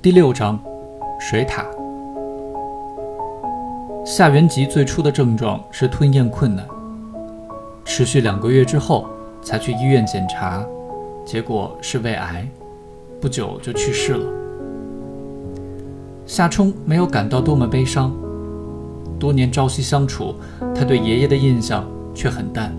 第6章水獭。夏元吉最初的症状是吞咽困难，持续2个月之后才去医院检查，结果是胃癌，不久就去世了。夏冲没有感到多么悲伤，多年朝夕相处，他对爷爷的印象却很淡。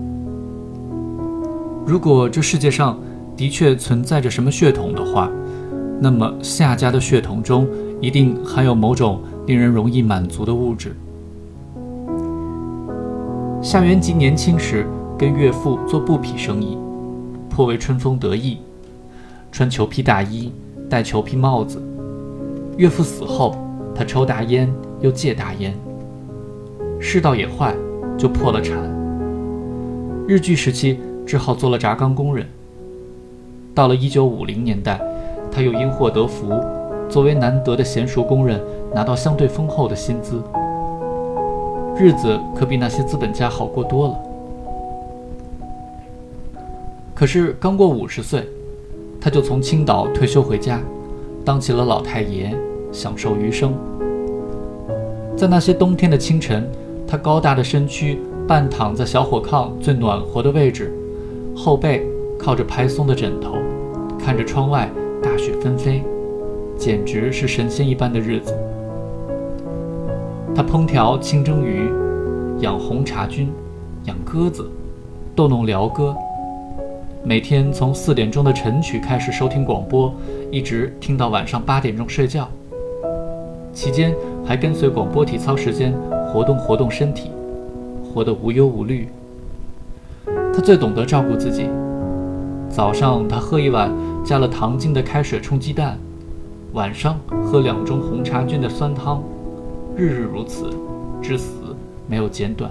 如果这世界上的确存在着什么血统的话，那么夏家的血统中一定含有某种令人容易满足的物质。夏元吉年轻时跟岳父做布匹生意，颇为春风得意，穿裘皮大衣，戴裘皮帽子。岳父死后，他抽大烟又戒大烟，世道也坏，就破了产。日据时期只好做了轧钢工人。到了1950年代，他又因祸得福，作为难得的娴熟工人，拿到相对丰厚的薪资，日子可比那些资本家好过多了。可是刚过50岁，他就从青岛退休回家，当起了老太爷，享受余生。在那些冬天的清晨，他高大的身躯半躺在小火炕最暖和的位置，后背靠着拍松的枕头，看着窗外大雪纷飞，简直是神仙一般的日子。他烹调清蒸鱼，养红茶菌，养鸽子，逗弄鹩歌，每天从4点钟的晨曲开始收听广播，一直听到晚上8点钟睡觉，期间还跟随广播体操时间活动活动身体，活得无忧无虑。他最懂得照顾自己，早上他喝1碗加了糖精的开水冲鸡蛋，晚上喝2盅红茶菌的酸汤，日日如此，至死没有间断。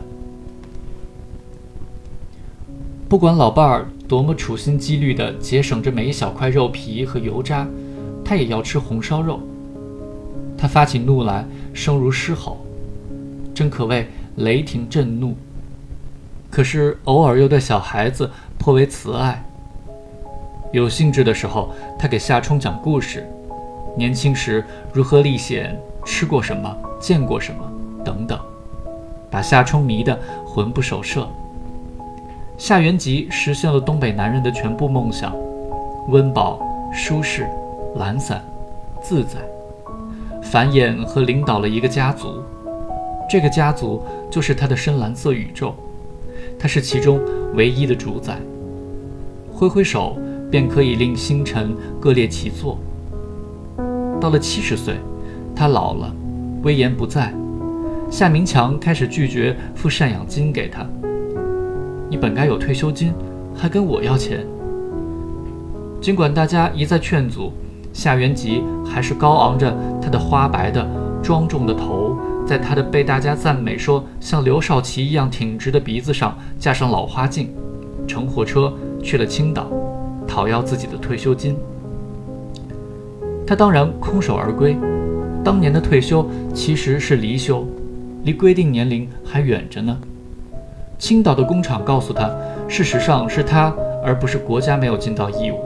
不管老伴儿多么处心积虑地节省着每一小块肉皮和油渣，他也要吃红烧肉。他发起怒来，声如狮吼，真可谓雷霆震怒。可是偶尔又对小孩子颇为慈爱。有兴致的时候，他给夏冲讲故事，年轻时如何历险，吃过什么，见过什么等等，把夏冲迷得魂不守舍。夏元吉实现了东北男人的全部梦想：温饱、舒适、懒散、自在，繁衍和领导了一个家族。这个家族就是他的深蓝色宇宙，他是其中唯一的主宰。挥挥手便可以令星辰各列其座。到了70岁，他老了，威严不在，夏明强开始拒绝付赡养金给他。你本该有退休金，还跟我要钱。尽管大家一再劝阻，夏元吉还是高昂着他的花白的庄重的头，在他的被大家赞美说像刘少奇一样挺直的鼻子上架上老花镜，乘火车去了青岛，讨要自己的退休金。他当然空手而归，当年的退休其实是离休，离规定年龄还远着呢。青岛的工厂告诉他，事实上是他而不是国家没有尽到义务。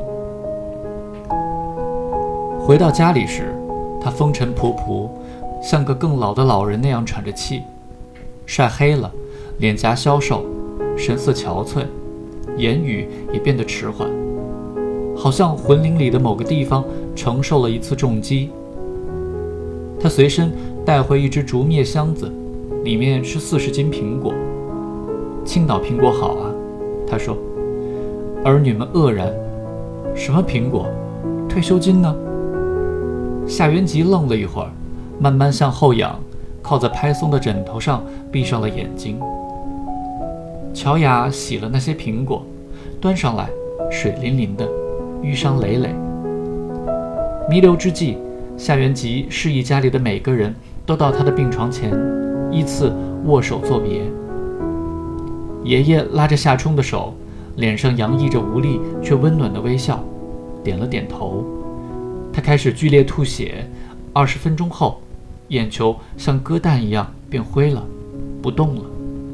回到家里时，他风尘仆仆，像个更老的老人那样喘着气，晒黑了，脸颊消瘦，神色憔悴，言语也变得迟缓，好像魂灵里的某个地方承受了一次重击。他随身带回一只竹篾箱子，里面是40斤苹果。青岛苹果好啊，他说。儿女们愕然，什么苹果？退休金呢？夏元吉愣了一会儿，慢慢向后仰，靠在拍松的枕头上，闭上了眼睛。乔雅洗了那些苹果，端上来，水淋淋的，淤伤累累。弥留之际，夏元吉示意家里的每个人都到他的病床前，依次握手作别。爷爷拉着夏冲的手，脸上洋溢着无力却温暖的微笑，点了点头。他开始剧烈吐血，20分钟后，眼球像鸽蛋一样变灰了，不动了。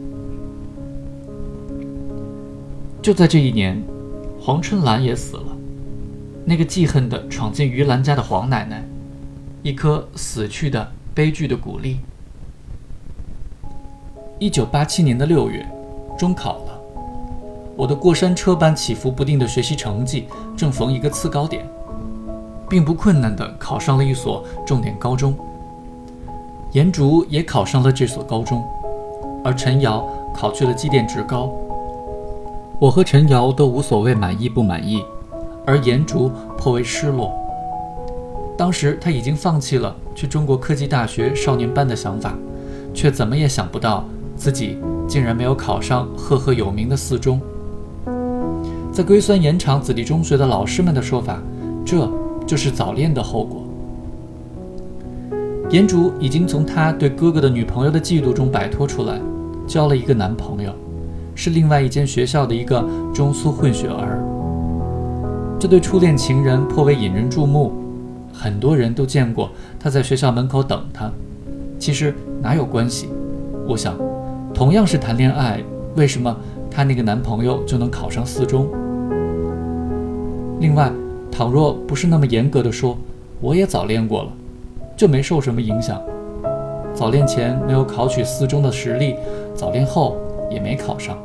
就在这一年，黄春兰也死了。那个记恨地闯进于兰家的黄奶奶， 一颗死去的悲剧的鼓励。1987年的6月，中考了，我的过山车般起伏不定的学习成绩正逢一个次高点，并不困难地考上了一所重点高中。颜竹也考上了这所高中，而陈瑶考去了机电职高。我和陈瑶都无所谓满意不满意，而颜竹颇为失落。当时他已经放弃了去中国科技大学少年班的想法，却怎么也想不到自己竟然没有考上赫赫有名的四中。在硅酸盐场子弟中学的老师们的说法，这就是早恋的后果。颜竹已经从他对哥哥的女朋友的嫉妒中摆脱出来，交了一个男朋友，是另外一间学校的一个中苏混血儿。这对初恋情人颇为引人注目，很多人都见过他在学校门口等他。其实哪有关系？我想，同样是谈恋爱，为什么他那个男朋友就能考上四中？另外，倘若不是那么严格的说，我也早恋过了，就没受什么影响。早恋前没有考取四中的实力，早恋后也没考上。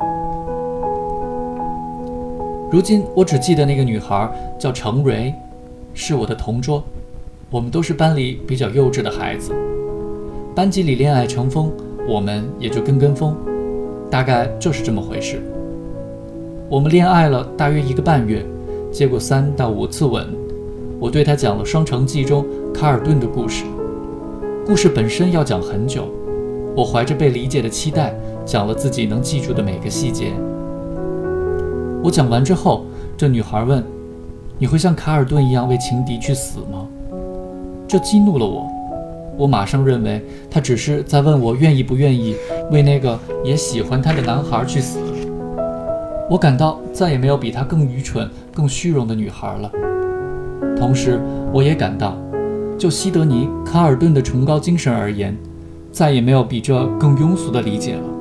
如今我只记得那个女孩叫程蕊，是我的同桌，我们都是班里比较幼稚的孩子。班级里恋爱成风，我们也就跟风，大概就是这么回事。我们恋爱了大约1个半月，接过3到5次吻。我对他讲了《双城记》中卡尔顿的故事，故事本身要讲很久，我怀着被理解的期待，讲了自己能记住的每个细节。我讲完之后，这女孩问：“你会像卡尔顿一样为情敌去死吗？”这激怒了我，我马上认为她只是在问我愿意不愿意为那个也喜欢她的男孩去死。我感到再也没有比她更愚蠢、更虚荣的女孩了。同时，我也感到，就西德尼·卡尔顿的崇高精神而言，再也没有比这更庸俗的理解了。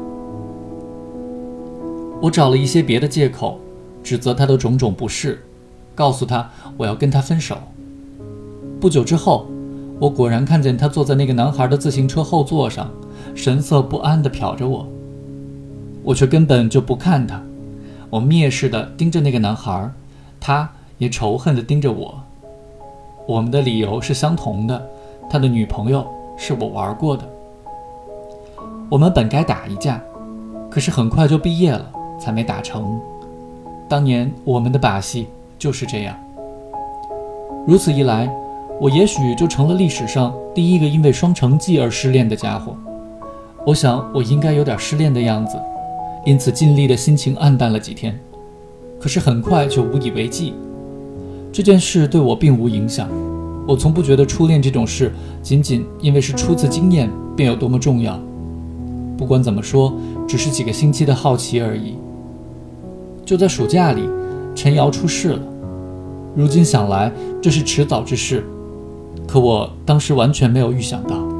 我找了一些别的借口，指责他的种种不是，告诉他我要跟他分手。不久之后，我果然看见他坐在那个男孩的自行车后座上，神色不安地瞟着我。我却根本就不看他，我蔑视地盯着那个男孩，他也仇恨地盯着我。我们的理由是相同的，他的女朋友是我玩过的。我们本该打一架，可是很快就毕业了，才没打成。当年我们的把戏就是这样。如此一来，我也许就成了历史上第一个因为《双城记》而失恋的家伙。我想我应该有点失恋的样子，因此尽力的心情黯淡了几天，可是很快就无以为继。这件事对我并无影响，我从不觉得初恋这种事仅仅因为是初次经验便有多么重要。不管怎么说，只是几个星期的好奇而已。就在暑假里，陈瑶出事了。如今想来，这是迟早之事，可我当时完全没有预想到。